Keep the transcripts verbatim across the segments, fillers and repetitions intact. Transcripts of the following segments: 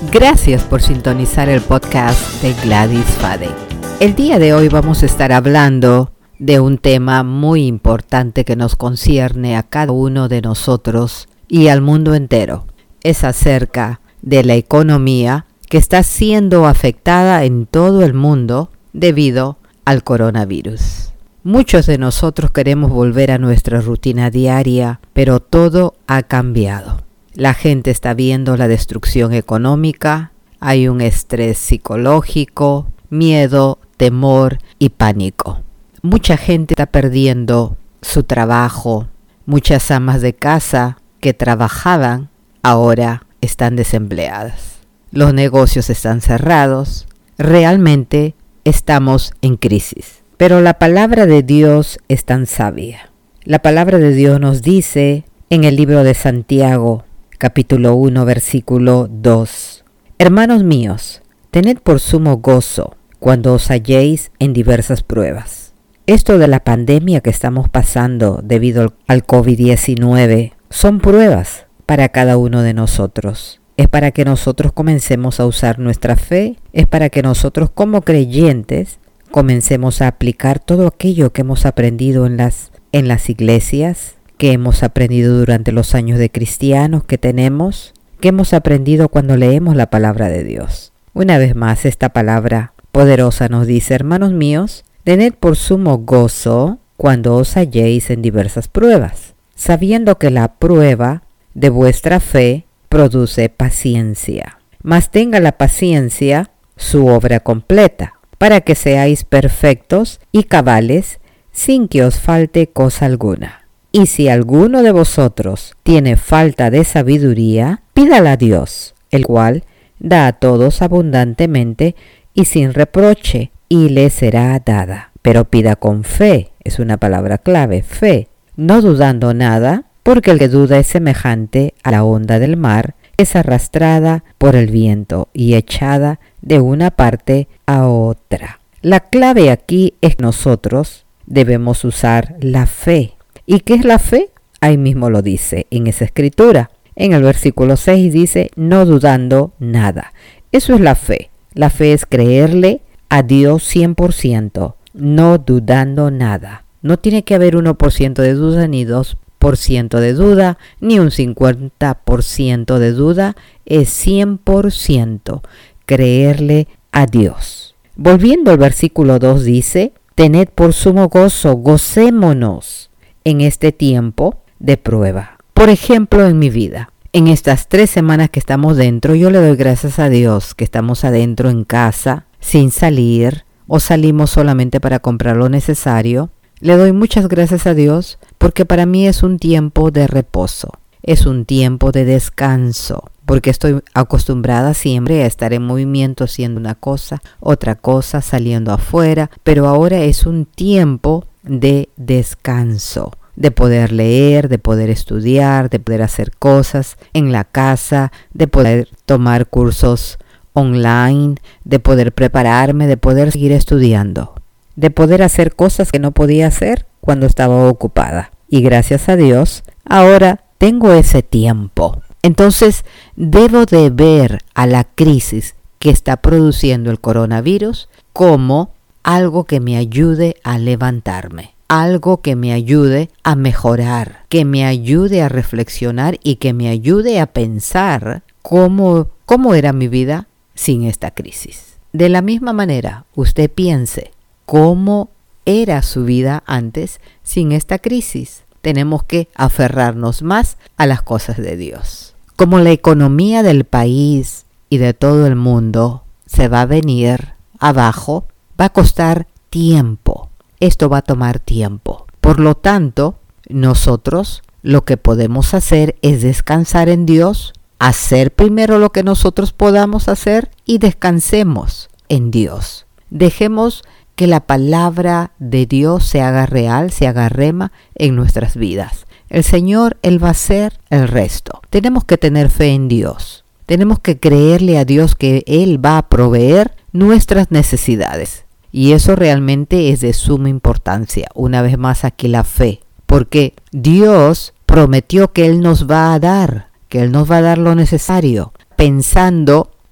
Gracias por sintonizar el podcast de Gladys Fade. El día de hoy vamos a estar hablando de un tema muy importante que nos concierne a cada uno de nosotros y al mundo entero. Es acerca de la economía que está siendo afectada en todo el mundo debido al coronavirus. Muchos de nosotros queremos volver a nuestra rutina diaria, pero todo ha cambiado. La gente está viendo la destrucción económica, hay un estrés psicológico, miedo, temor y pánico. Mucha gente está perdiendo su trabajo. Muchas amas de casa que trabajaban ahora están desempleadas. Los negocios están cerrados. Realmente estamos en crisis. Pero la palabra de Dios es tan sabia. La palabra de Dios nos dice en el libro de Santiago, capítulo uno, versículo dos. Hermanos míos, tened por sumo gozo cuando os halléis en diversas pruebas. Esto de la pandemia que estamos pasando debido al covid diecinueve son pruebas para cada uno de nosotros. Es para que nosotros comencemos a usar nuestra fe, es para que nosotros como creyentes comencemos a aplicar todo aquello que hemos aprendido en las, en las iglesias, que hemos aprendido durante los años de cristianos que tenemos, que hemos aprendido cuando leemos la palabra de Dios. Una vez más, esta palabra poderosa nos dice, hermanos míos, tened por sumo gozo cuando os halléis en diversas pruebas, sabiendo que la prueba de vuestra fe produce paciencia. Mas tenga la paciencia su obra completa, para que seáis perfectos y cabales, sin que os falte cosa alguna. Y si alguno de vosotros tiene falta de sabiduría, pídala a Dios, el cual da a todos abundantemente y sin reproche, y le será dada. Pero pida con fe, es una palabra clave, fe, no dudando nada, porque el que duda es semejante a la onda del mar, es arrastrada por el viento y echada de una parte a otra. La clave aquí es que nosotros debemos usar la fe. ¿Y qué es la fe? Ahí mismo lo dice en esa escritura. En el versículo seis dice, no dudando nada. Eso es la fe. La fe es creerle a Dios cien por ciento, no dudando nada. No tiene que haber uno por ciento de duda, ni dos por ciento de duda, ni un cincuenta por ciento de duda. Es cien por ciento creerle a Dios. Volviendo al versículo dos dice, tened por sumo gozo, gocémonos en este tiempo de prueba. Por ejemplo, en mi vida, en estas tres semanas que estamos dentro, yo le doy gracias a Dios que estamos adentro en casa, sin salir, o salimos solamente para comprar lo necesario. Le doy muchas gracias a Dios porque para mí es un tiempo de reposo, es un tiempo de descanso, porque estoy acostumbrada siempre a estar en movimiento haciendo una cosa, otra cosa, saliendo afuera, pero ahora es un tiempo de descanso, de poder leer, de poder estudiar, de poder hacer cosas en la casa, de poder tomar cursos online, de poder prepararme, de poder seguir estudiando, de poder hacer cosas que no podía hacer cuando estaba ocupada. Y gracias a Dios, ahora tengo ese tiempo. Entonces, debo de ver a la crisis que está produciendo el coronavirus como algo que me ayude a levantarme, algo que me ayude a mejorar, que me ayude a reflexionar y que me ayude a pensar cómo, cómo era mi vida sin esta crisis. De la misma manera, usted piense cómo era su vida antes sin esta crisis. Tenemos que aferrarnos más a las cosas de Dios. Como la economía del país y de todo el mundo se va a venir abajo, va a costar tiempo. Esto va a tomar tiempo. Por lo tanto, nosotros lo que podemos hacer es descansar en Dios, hacer primero lo que nosotros podamos hacer y descansemos en Dios. Dejemos que la palabra de Dios se haga real, se haga rema en nuestras vidas. El Señor, Él va a hacer el resto. Tenemos que tener fe en Dios. Tenemos que creerle a Dios que Él va a proveer nuestras necesidades. Y eso realmente es de suma importancia. Una vez más aquí la fe. Porque Dios prometió que Él nos va a dar, que Él nos va a dar lo necesario, pensando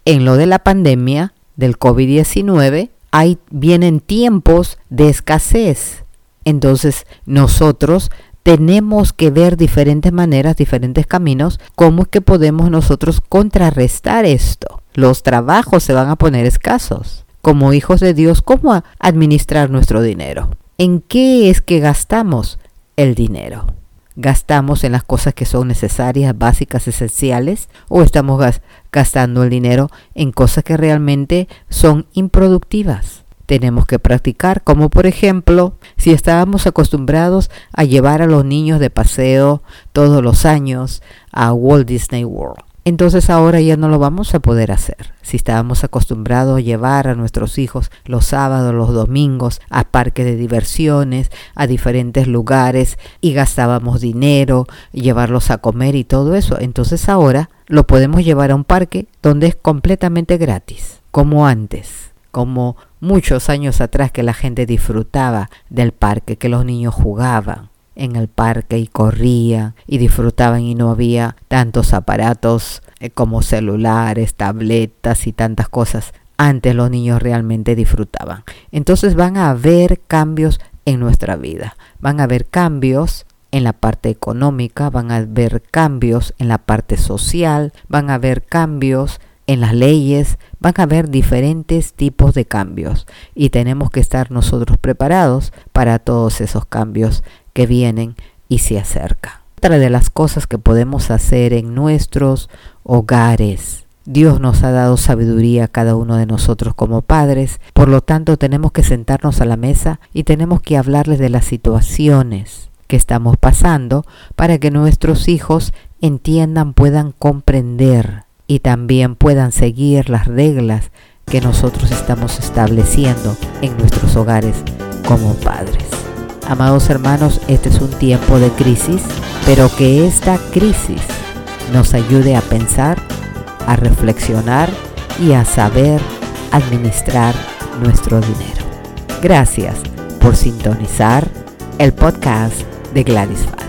en lo de la pandemia del covid diecinueve, hay, vienen tiempos de escasez. Entonces nosotros tenemos que ver diferentes maneras, diferentes caminos, cómo es que podemos nosotros contrarrestar esto. Los trabajos se van a poner escasos. Como hijos de Dios, ¿cómo administrar nuestro dinero? ¿En qué es que gastamos el dinero? ¿Gastamos en las cosas que son necesarias, básicas, esenciales? ¿O estamos gas- gastando el dinero en cosas que realmente son improductivas? Tenemos que practicar, como por ejemplo, si estábamos acostumbrados a llevar a los niños de paseo todos los años a Walt Disney World. Entonces ahora ya no lo vamos a poder hacer. Si estábamos acostumbrados a llevar a nuestros hijos los sábados, los domingos, a parques de diversiones, a diferentes lugares y gastábamos dinero, llevarlos a comer y todo eso, entonces ahora lo podemos llevar a un parque donde es completamente gratis, como antes. Como muchos años atrás que la gente disfrutaba del parque, que los niños jugaban en el parque y corrían y disfrutaban y no había tantos aparatos eh, como celulares, tabletas y tantas cosas. Antes los niños realmente disfrutaban. Entonces van a haber cambios en nuestra vida. Van a haber cambios en la parte económica, van a haber cambios en la parte social, van a haber cambios en las leyes, van a haber diferentes tipos de cambios y tenemos que estar nosotros preparados para todos esos cambios que vienen y se acercan. Otra de las cosas que podemos hacer en nuestros hogares, Dios nos ha dado sabiduría a cada uno de nosotros como padres, por lo tanto tenemos que sentarnos a la mesa y tenemos que hablarles de las situaciones que estamos pasando para que nuestros hijos entiendan, puedan comprender y también puedan seguir las reglas que nosotros estamos estableciendo en nuestros hogares como padres. Amados hermanos, este es un tiempo de crisis, pero que esta crisis nos ayude a pensar, a reflexionar y a saber administrar nuestro dinero. Gracias por sintonizar el podcast de Gladys Fadek.